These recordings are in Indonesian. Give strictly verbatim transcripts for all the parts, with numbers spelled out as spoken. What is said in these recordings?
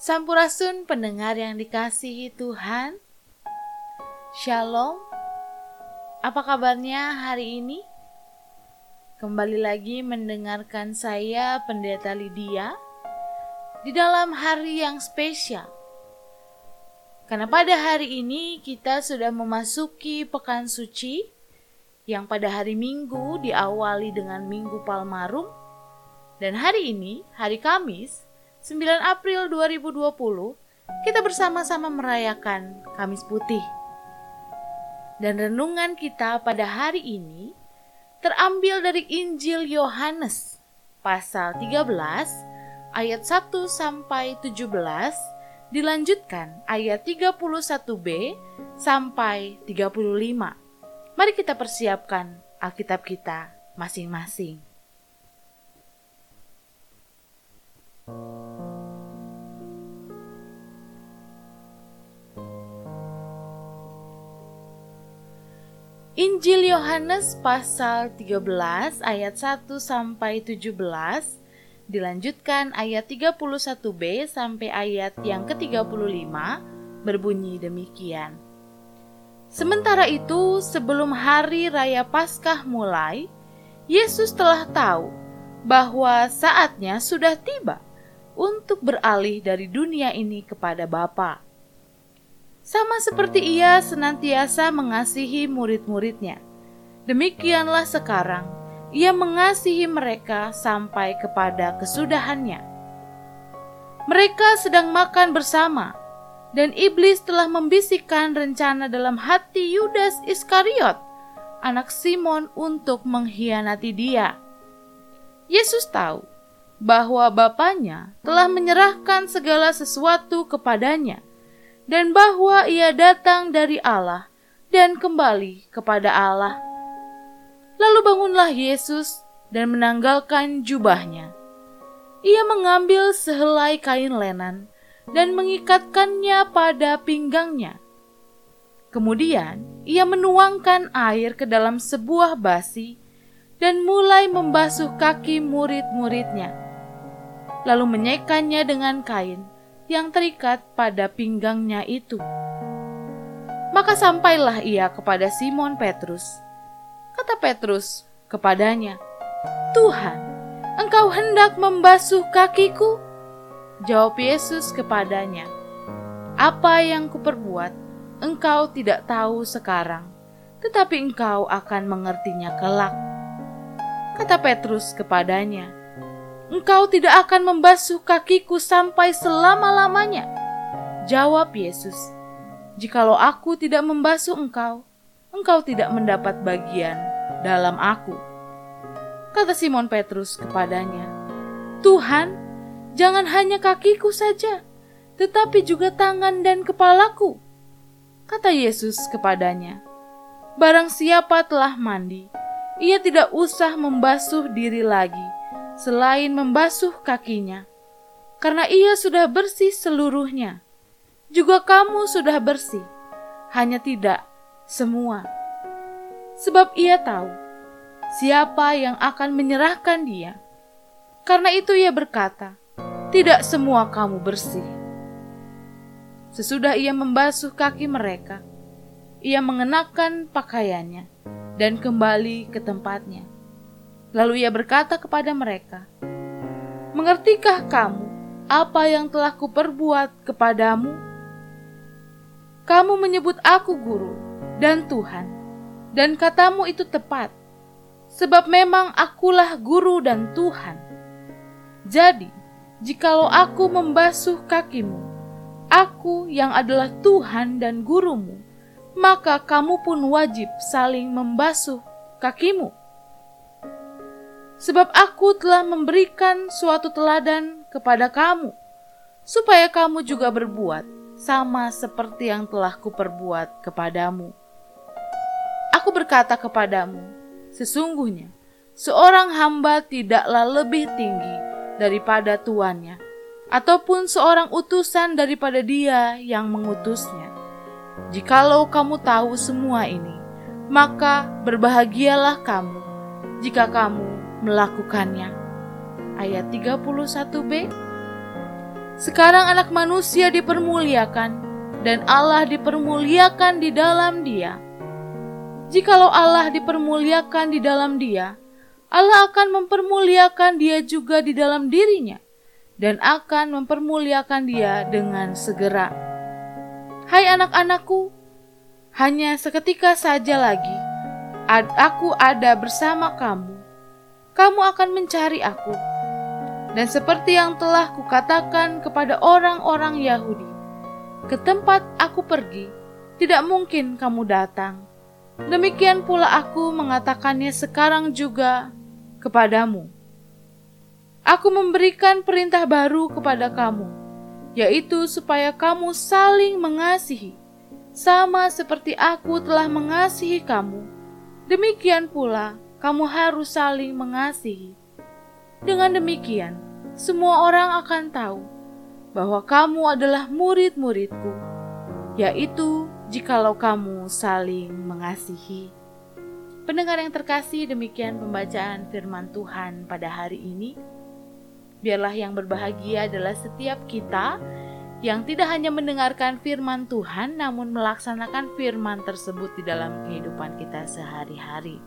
Sampurasun pendengar yang dikasihi Tuhan, Shalom. Apa kabarnya hari ini? Kembali lagi mendengarkan saya Pendeta Lydia di dalam hari yang spesial. Karena pada hari ini kita sudah memasuki Pekan Suci yang pada hari Minggu diawali dengan Minggu Palmarum. Dan hari ini, hari Kamis, sembilan April dua ribu dua puluh, kita bersama-sama merayakan Kamis Putih. Dan renungan kita pada hari ini terambil dari Injil Yohanes pasal tiga belas ayat satu sampai tujuh belas, dilanjutkan ayat tiga puluh satu b sampai tiga puluh lima. Mari kita persiapkan Alkitab kita masing-masing. Injil Yohanes pasal tiga belas ayat satu sampai tujuh belas, dilanjutkan ayat tiga puluh satu b sampai ayat yang ke tiga puluh lima, berbunyi demikian. Sementara itu, sebelum hari raya Paskah mulai, Yesus telah tahu bahwa saatnya sudah tiba untuk beralih dari dunia ini kepada Bapa. Sama seperti Ia senantiasa mengasihi murid-muridnya, demikianlah sekarang Ia mengasihi mereka sampai kepada kesudahannya. Mereka sedang makan bersama, dan iblis telah membisikkan rencana dalam hati Yudas Iskariot, anak Simon, untuk mengkhianati Dia. Yesus tahu bahwa Bapanya telah menyerahkan segala sesuatu kepadanya, dan bahwa Ia datang dari Allah dan kembali kepada Allah. Lalu bangunlah Yesus dan menanggalkan jubahnya. Ia mengambil sehelai kain lenan dan mengikatkannya pada pinggangnya. Kemudian Ia menuangkan air ke dalam sebuah basi dan mulai membasuh kaki murid-muridnya, lalu menyekannya dengan kain yang terikat pada pinggangnya itu. Maka sampailah Ia kepada Simon Petrus. Kata Petrus kepadanya, "Tuhan, Engkau hendak membasuh kakiku?" Jawab Yesus kepadanya, "Apa yang kuperbuat, engkau tidak tahu sekarang, tetapi engkau akan mengertinya kelak." Kata Petrus kepadanya, "Engkau tidak akan membasuh kakiku sampai selama-lamanya." Jawab Yesus, "Jikalau aku tidak membasuh engkau, engkau tidak mendapat bagian dalam aku." Kata Simon Petrus kepadanya, "Tuhan, jangan hanya kakiku saja, tetapi juga tangan dan kepalaku." Kata Yesus kepadanya, "Barang siapa telah mandi, ia tidak usah membasuh diri lagi, selain membasuh kakinya, karena ia sudah bersih seluruhnya. Juga kamu sudah bersih, hanya tidak semua. Sebab Ia tahu siapa yang akan menyerahkan Dia. Karena itu Ia berkata, tidak semua kamu bersih." Sesudah Ia membasuh kaki mereka, Ia mengenakan pakaiannya dan kembali ke tempatnya. Lalu Ia berkata kepada mereka, "Mengertikah kamu apa yang telah kuperbuat kepadamu? Kamu menyebut aku guru dan Tuhan, dan katamu itu tepat, sebab memang akulah guru dan Tuhan. Jadi, jikalau aku membasuh kakimu, aku yang adalah Tuhan dan gurumu, maka kamu pun wajib saling membasuh kakimu. Sebab aku telah memberikan suatu teladan kepada kamu, supaya kamu juga berbuat sama seperti yang telah kuperbuat kepadamu. Aku berkata kepadamu, sesungguhnya seorang hamba tidaklah lebih tinggi daripada tuannya, ataupun seorang utusan daripada dia yang mengutusnya. Jikalau kamu tahu semua ini, maka berbahagialah kamu jika kamu melakukannya." Ayat tiga puluh satu b. Sekarang anak manusia dipermuliakan, dan Allah dipermuliakan di dalam Dia. Jikalau Allah dipermuliakan di dalam Dia, Allah akan mempermuliakan Dia juga di dalam dirinya, dan akan mempermuliakan Dia dengan segera. Hai anak-anakku, hanya seketika saja lagi ad- aku ada bersama kamu. Kamu akan mencari aku. Dan seperti yang telah kukatakan kepada orang-orang Yahudi, ke tempat aku pergi, tidak mungkin kamu datang. Demikian pula aku mengatakannya sekarang juga kepadamu. Aku memberikan perintah baru kepada kamu, yaitu supaya kamu saling mengasihi, sama seperti aku telah mengasihi kamu. Demikian pula kamu harus saling mengasihi. Dengan demikian, semua orang akan tahu bahwa kamu adalah murid-muridku, yaitu jikalau kamu saling mengasihi. Pendengar yang terkasih, demikian pembacaan firman Tuhan pada hari ini. Biarlah yang berbahagia adalah setiap kita yang tidak hanya mendengarkan firman Tuhan, namun melaksanakan firman tersebut di dalam kehidupan kita sehari-hari.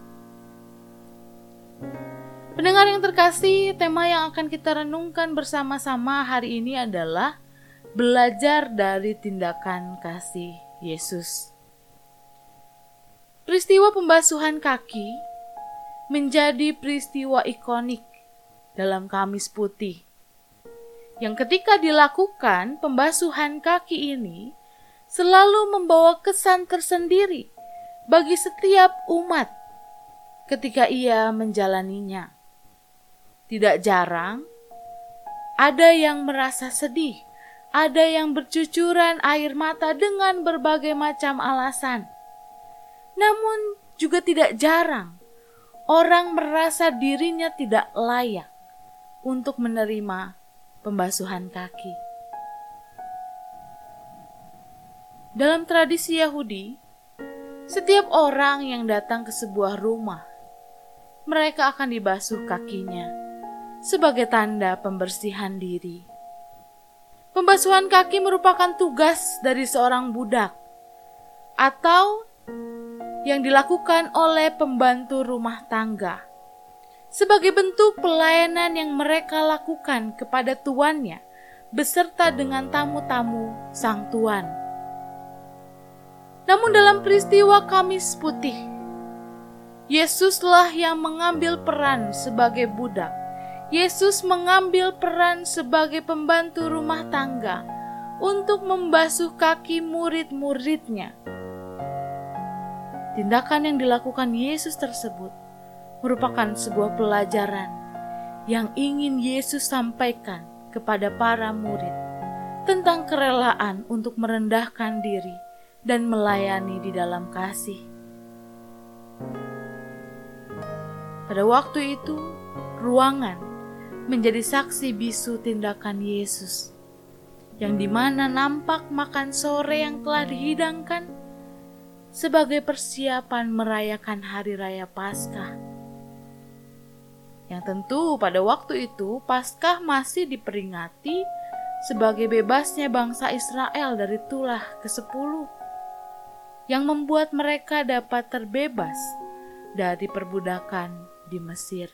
Pendengar yang terkasih, tema yang akan kita renungkan bersama-sama hari ini adalah belajar dari tindakan kasih Yesus. Peristiwa pembasuhan kaki menjadi peristiwa ikonik dalam Kamis Putih, yang ketika dilakukan pembasuhan kaki ini selalu membawa kesan tersendiri bagi setiap umat ketika ia menjalaninya. Tidak jarang ada yang merasa sedih, ada yang bercucuran air mata dengan berbagai macam alasan. Namun juga tidak jarang orang merasa dirinya tidak layak untuk menerima pembasuhan kaki. Dalam tradisi Yahudi, setiap orang yang datang ke sebuah rumah, mereka akan dibasuh kakinya sebagai tanda pembersihan diri. Pembasuhan kaki merupakan tugas dari seorang budak atau yang dilakukan oleh pembantu rumah tangga sebagai bentuk pelayanan yang mereka lakukan kepada tuannya beserta dengan tamu-tamu sang tuan. Namun dalam peristiwa Kamis Putih, Yesuslah yang mengambil peran sebagai budak. Yesus mengambil peran sebagai pembantu rumah tangga untuk membasuh kaki murid-muridnya. Tindakan yang dilakukan Yesus tersebut merupakan sebuah pelajaran yang ingin Yesus sampaikan kepada para murid tentang kerelaan untuk merendahkan diri dan melayani di dalam kasih. Pada waktu itu, ruangan menjadi saksi bisu tindakan Yesus, yang dimana nampak makan sore yang telah dihidangkan sebagai persiapan merayakan Hari Raya Paskah. Yang tentu pada waktu itu Paskah masih diperingati sebagai bebasnya bangsa Israel dari tulah kesepuluh, yang membuat mereka dapat terbebas dari perbudakan di Mesir.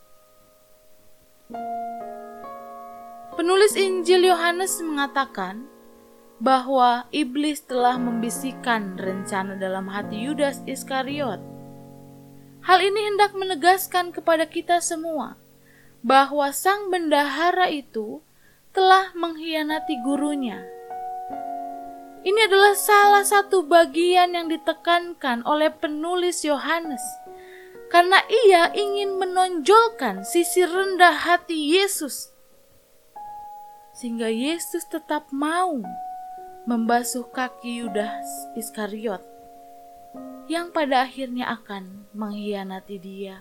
Penulis Injil Yohanes mengatakan bahwa iblis telah membisikkan rencana dalam hati Yudas Iskariot. Hal ini hendak menegaskan kepada kita semua bahwa sang bendahara itu telah mengkhianati gurunya. Ini adalah salah satu bagian yang ditekankan oleh penulis Yohanes, karena ia ingin menonjolkan sisi rendah hati Yesus, sehingga Yesus tetap mau membasuh kaki Yudas Iskariot yang pada akhirnya akan mengkhianati dia.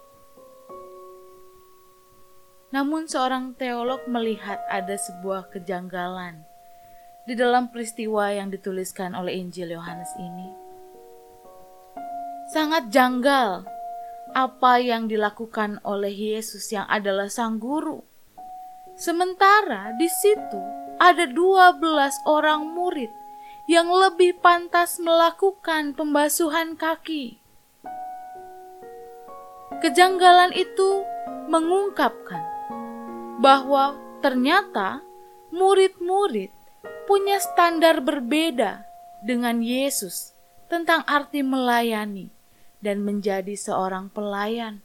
Namun seorang teolog melihat ada sebuah kejanggalan di dalam peristiwa yang dituliskan oleh Injil Yohanes ini. Sangat janggal apa yang dilakukan oleh Yesus yang adalah sang guru. Sementara di situ ada dua belas orang murid yang lebih pantas melakukan pembasuhan kaki. Kejanggalan itu mengungkapkan bahwa ternyata murid-murid punya standar berbeda dengan Yesus tentang arti melayani dan menjadi seorang pelayan.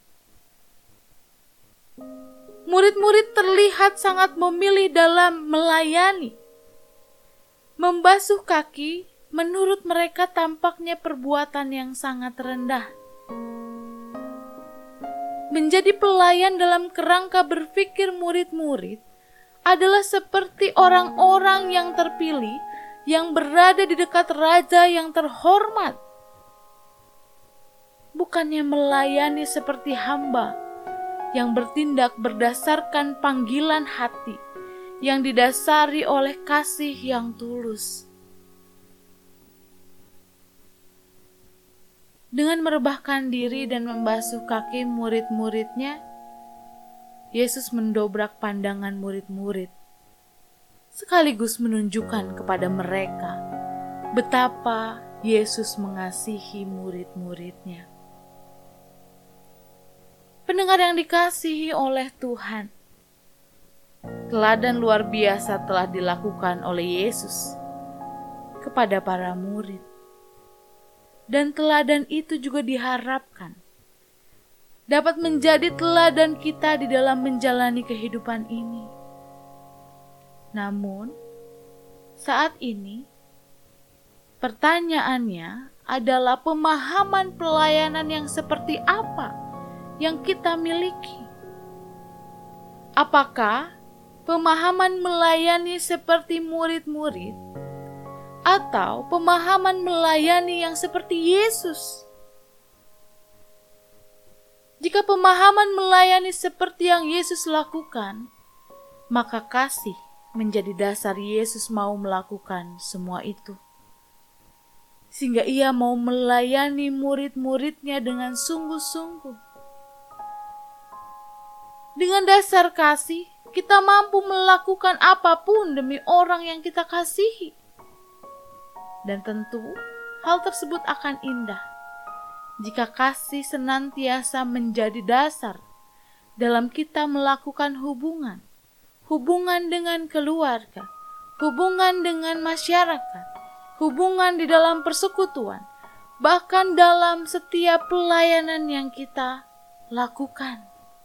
Murid-murid terlihat sangat memilih dalam melayani. Membasuh kaki menurut mereka tampaknya perbuatan yang sangat rendah. Menjadi pelayan dalam kerangka berpikir murid-murid adalah seperti orang-orang yang terpilih yang berada di dekat raja yang terhormat. Bukannya melayani seperti hamba yang bertindak berdasarkan panggilan hati yang didasari oleh kasih yang tulus. Dengan merebahkan diri dan membasuh kaki murid-muridnya, Yesus mendobrak pandangan murid-murid, sekaligus menunjukkan kepada mereka betapa Yesus mengasihi murid-muridnya. Pendengar yang dikasihi oleh Tuhan, teladan luar biasa telah dilakukan oleh Yesus kepada para murid. Dan teladan itu juga diharapkan dapat menjadi teladan kita di dalam menjalani kehidupan ini. Namun, saat ini, pertanyaannya adalah pemahaman pelayanan yang seperti apa yang kita miliki. Apakah pemahaman melayani seperti murid-murid, atau pemahaman melayani yang seperti Yesus? Jika pemahaman melayani seperti yang Yesus lakukan, maka kasih menjadi dasar Yesus mau melakukan semua itu. Sehingga ia mau melayani murid-muridnya dengan sungguh-sungguh. Dengan dasar kasih, kita mampu melakukan apapun demi orang yang kita kasihi. Dan tentu hal tersebut akan indah jika kasih senantiasa menjadi dasar dalam kita melakukan hubungan, hubungan dengan keluarga, hubungan dengan masyarakat, hubungan di dalam persekutuan, bahkan dalam setiap pelayanan yang kita lakukan.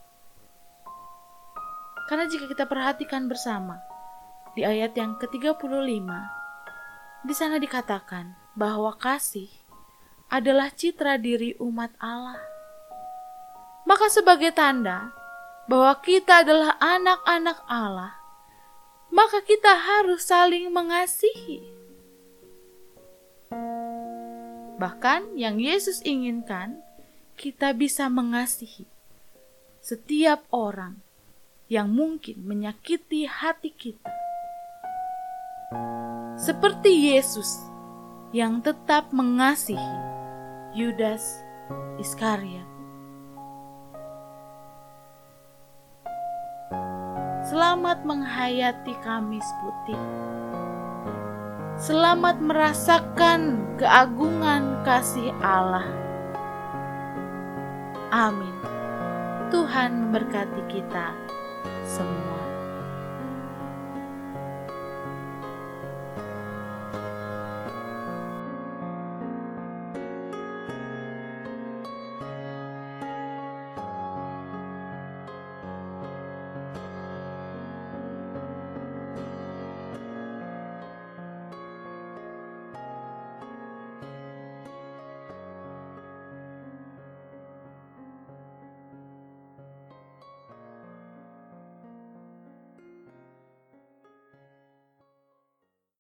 Karena jika kita perhatikan bersama di ayat yang ke tiga puluh lima, di sana dikatakan bahwa kasih adalah citra diri umat Allah. Maka sebagai tanda bahwa kita adalah anak-anak Allah, maka kita harus saling mengasihi. Bahkan yang Yesus inginkan, kita bisa mengasihi setiap orang yang mungkin menyakiti hati kita. Seperti Yesus yang tetap mengasihi Yudas Iskariot. Selamat menghayati Kamis Putih. Selamat merasakan keagungan kasih Allah. Amin. Tuhan memberkati kita semua.